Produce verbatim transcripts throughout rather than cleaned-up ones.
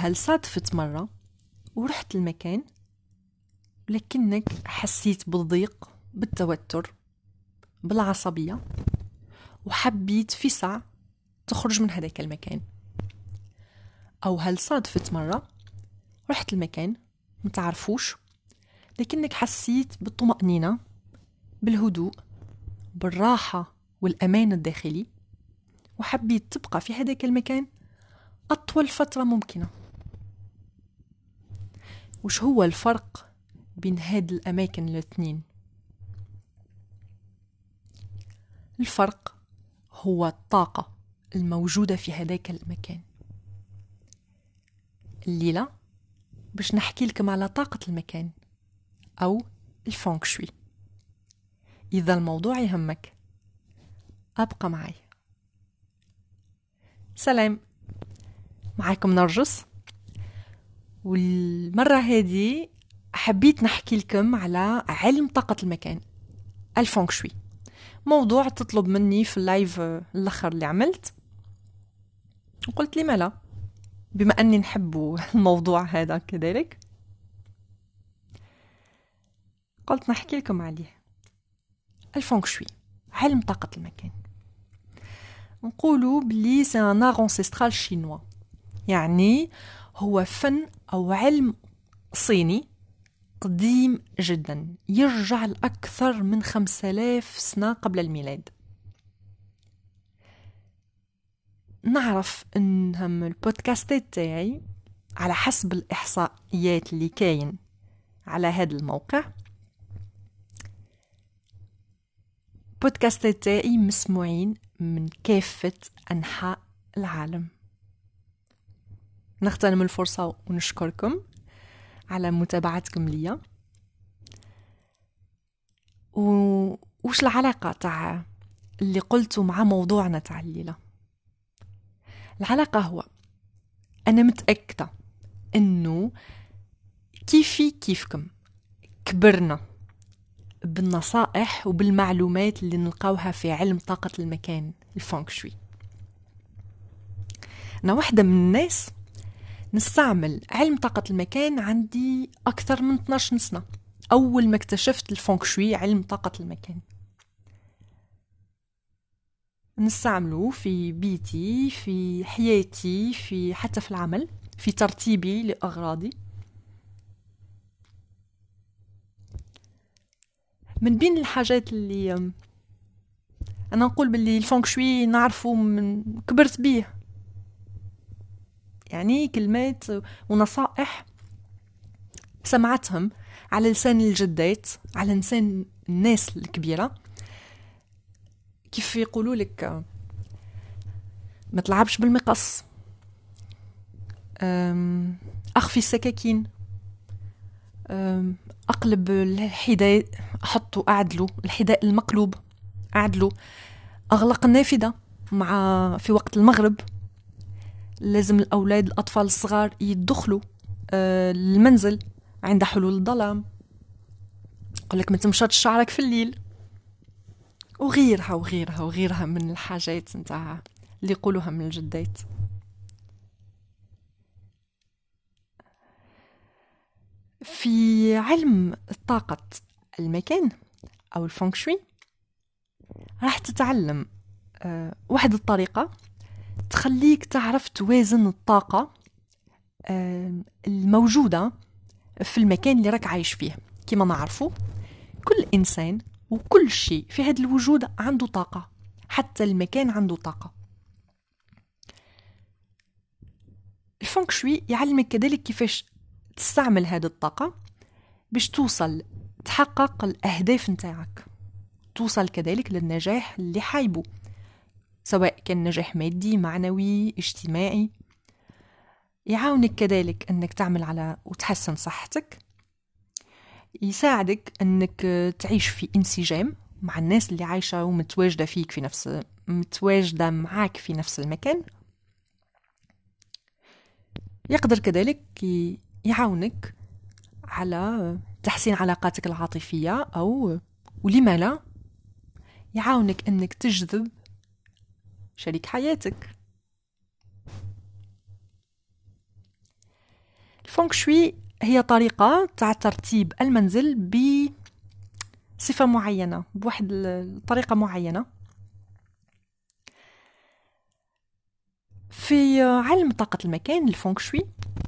هل صادفت مرة ورحت المكان لكنك حسيت بالضيق، بالتوتر، بالعصبية، وحبيت في ساعة تخرج من هذاك المكان؟ أو هل صادفت مرة رحت المكان متعرفوش لكنك حسيت بالطمأنينة، بالهدوء، بالراحة والأمان الداخلي، وحبيت تبقى في هذاك المكان أطول فترة ممكنة؟ وش هو الفرق بين هاد الأماكن الاثنين؟ الفرق هو الطاقة الموجودة في هذاك المكان. الليلة باش نحكي لكم على طاقة المكان أو الفونغ شوي. إذا الموضوع يهمك أبقى معي. سلام، معاكم نرجس، والمرة هذه حبيت نحكي لكم على علم طاقة المكان، الفونغ شوي. موضوع تطلب مني في اللايف الأخر اللي عملت، وقلت لي مالا بما أني نحب الموضوع هذا كذلك، قلت نحكي لكم عليه. الفونغ شوي علم طاقة المكان. نقولوا بلي سي ان art ancestral chinois، يعني هو فن أو علم صيني قديم جدا، يرجع لأكثر من خمسة آلاف سنة قبل الميلاد. نعرف أنهم البودكاستات تاعي على حسب الإحصائيات اللي كاين على هذا الموقع، بودكاستات تاعي مسموعين من كافة أنحاء العالم. نغتنم الفرصة ونشكركم على متابعتكم ليا. و... وش العلاقة تاع اللي قلته مع موضوعنا تاع الليلة؟ العلاقة هو أنا متأكدة أنه كيفي كيفكم كبرنا بالنصائح وبالمعلومات اللي نلقاوها في علم طاقة المكان الفونغ شوي. أنا واحدة من الناس نستعمل علم طاقة المكان عندي أكثر من اثني عشر سنة، أول ما اكتشفت الفونغ شوي علم طاقة المكان. نستعمله في بيتي، في حياتي، في حتى في العمل، في ترتيبي لأغراضي. من بين الحاجات اللي أنا نقول باللي الفونغ شوي نعرفه من كبرت بيه، يعني كلمات ونصائح سمعتهم على لسان الجدات، على لسان الناس الكبيرة، كيف يقولوا لك ما تلعبش بالمقص، أخفي السكاكين، أقلب الحذاء، أحطه أعدله، الحذاء المقلوب أعدله، أغلق النافذة مع في وقت المغرب، لازم الأولاد الأطفال الصغار يدخلوا المنزل عند حلول الظلام، يقول لك ما تمشطش شعرك في الليل، وغيرها وغيرها وغيرها من الحاجات نتاع اللي يقولوها من الجدات. في علم طاقة المكان أو الفونغ شوي راح تتعلم أه واحد الطريقة تخليك تعرف توازن الطاقة أه الموجودة في المكان اللي راك عايش فيه. كما نعرفه كل إنسان وكل شيء في هذا الوجود عنده طاقة، حتى المكان عنده طاقة. الفونغ شوي يعلمك كذلك كيفاش تستعمل هذه الطاقة باش توصل تحقق الأهداف نتاعك، توصل كذلك للنجاح اللي حايبه، سواء كان نجاح مادي، معنوي، اجتماعي. يعاونك كذلك أنك تعمل على وتحسن صحتك، يساعدك أنك تعيش في انسجام مع الناس اللي عايشة ومتواجدة فيك في نفس متواجدة معاك في نفس المكان. يقدر كذلك يعاونك على تحسين علاقاتك العاطفية، أو ولما لا يعاونك أنك تجذب شريك حياتك. الفونغ شوي هي طريقة تاع ترتيب المنزل بصفة معينة، بواحد الطريقة معينة. في علم طاقة المكان الفونغ شوي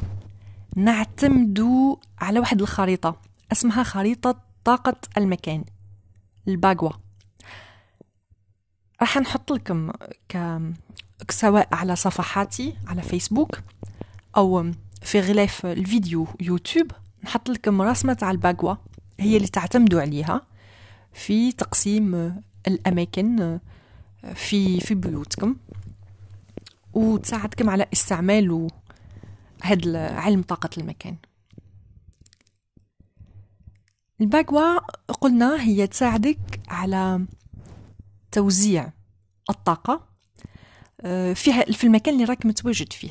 نعتمدوا على واحد الخريطة اسمها خريطة طاقة المكان، الباغوا. راح نحط لكم ك... سواء على صفحاتي على فيسبوك أو في غلاف الفيديو يوتيوب، نحط لكم رسمة تاع الباغوا هي اللي تعتمدوا عليها في تقسيم الأماكن في في بيوتكم، وتساعدكم على استعمال هذا علم طاقة المكان. الباغوا قلنا هي تساعدك على توزيع الطاقة فيها في المكان اللي راك متواجد فيه.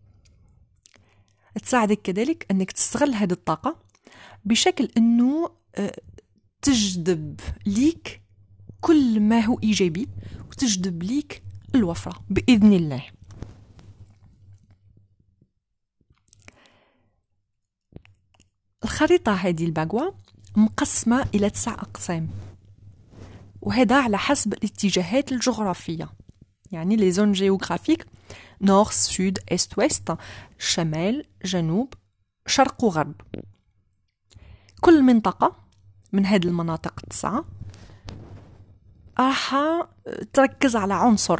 تساعدك كذلك أنك تستغل هذه الطاقة بشكل أنه تجذب ليك كل ما هو إيجابي، وتجذب ليك الوفرة بإذن الله. الخريطة هذه الباغوا مقسمة إلى تسع أقسام، وهذا على حسب الاتجاهات الجغرافية، يعني لي زون جيوغرافيك: نور، سود، است، ويست، شمال، جنوب، شرق وغرب. كل منطقة من هذه المناطق التسعة راح تركز على عنصر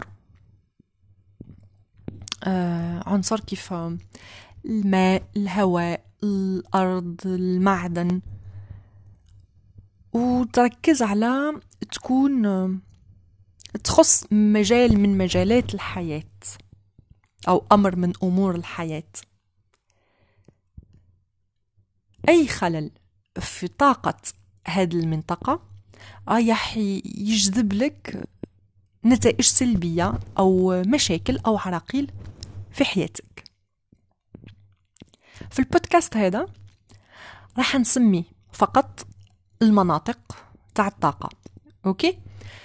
آه عنصر كيف الماء، الهواء، الأرض، المعدن، وتركز على تكون تخص مجال من مجالات الحياة أو أمر من أمور الحياة. أي خلل في طاقة هذه المنطقة رايح يجذب لك نتائج سلبية أو مشاكل أو عراقيل في حياتك. في البودكاست هذا راح نسمي فقط المناطق تاع الطاقة، أوكي؟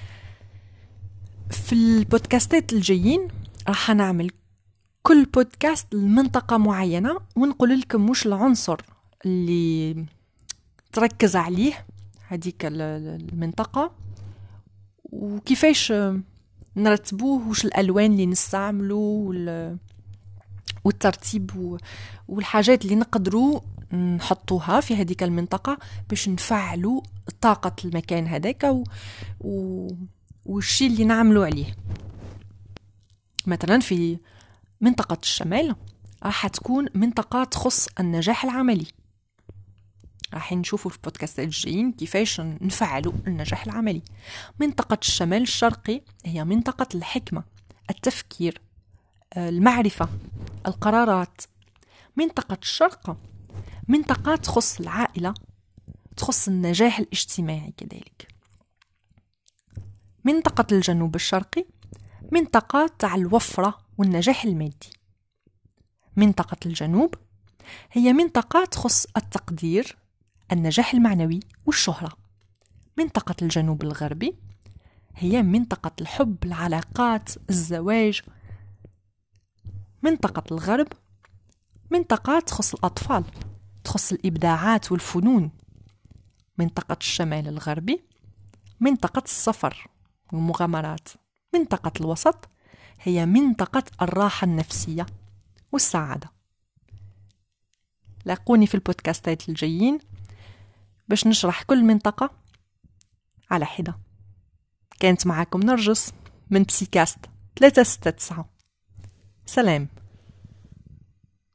في البودكاستات الجايين راح نعمل كل بودكاست لمنطقة معينة، ونقول لكم وش العنصر اللي تركز عليه هذيك المنطقة، وكيفاش نرتبوه، وش الألوان اللي نستعملوا، والترتيب والحاجات اللي نقدروا نحطوها في هذيك المنطقة باش نفعلوا طاقة المكان هذاك و... و... والشيء اللي نعملوا عليه. مثلا في منطقة الشمال راح تكون منطقة تخص النجاح العملي، راح نشوفوا في البودكاستات الجايين كيفاش نفعلوا النجاح العملي. منطقة الشمال الشرقي هي منطقة الحكمة، التفكير، المعرفة، القرارات. منطقة الشرق منطقة تخص العائلة، تخص النجاح الاجتماعي كذلك. منطقة الجنوب الشرقي منطقة تاع الوفرة والنجاح المادي. منطقة الجنوب هي منطقة تخص التقدير، النجاح المعنوي والشهرة. منطقة الجنوب الغربي هي منطقة الحب، العلاقات، الزواج. منطقة الغرب منطقة تخص الأطفال، تخص الإبداعات والفنون. منطقة الشمال الغربي منطقة السفر والمغامرات. منطقة الوسط هي منطقة الراحة النفسية والسعادة. لاقوني في البودكاستات الجايين باش نشرح كل منطقة على حدة. كانت معاكم نرجس من بسيكاست ثلاثة ستة تسعة. سلام.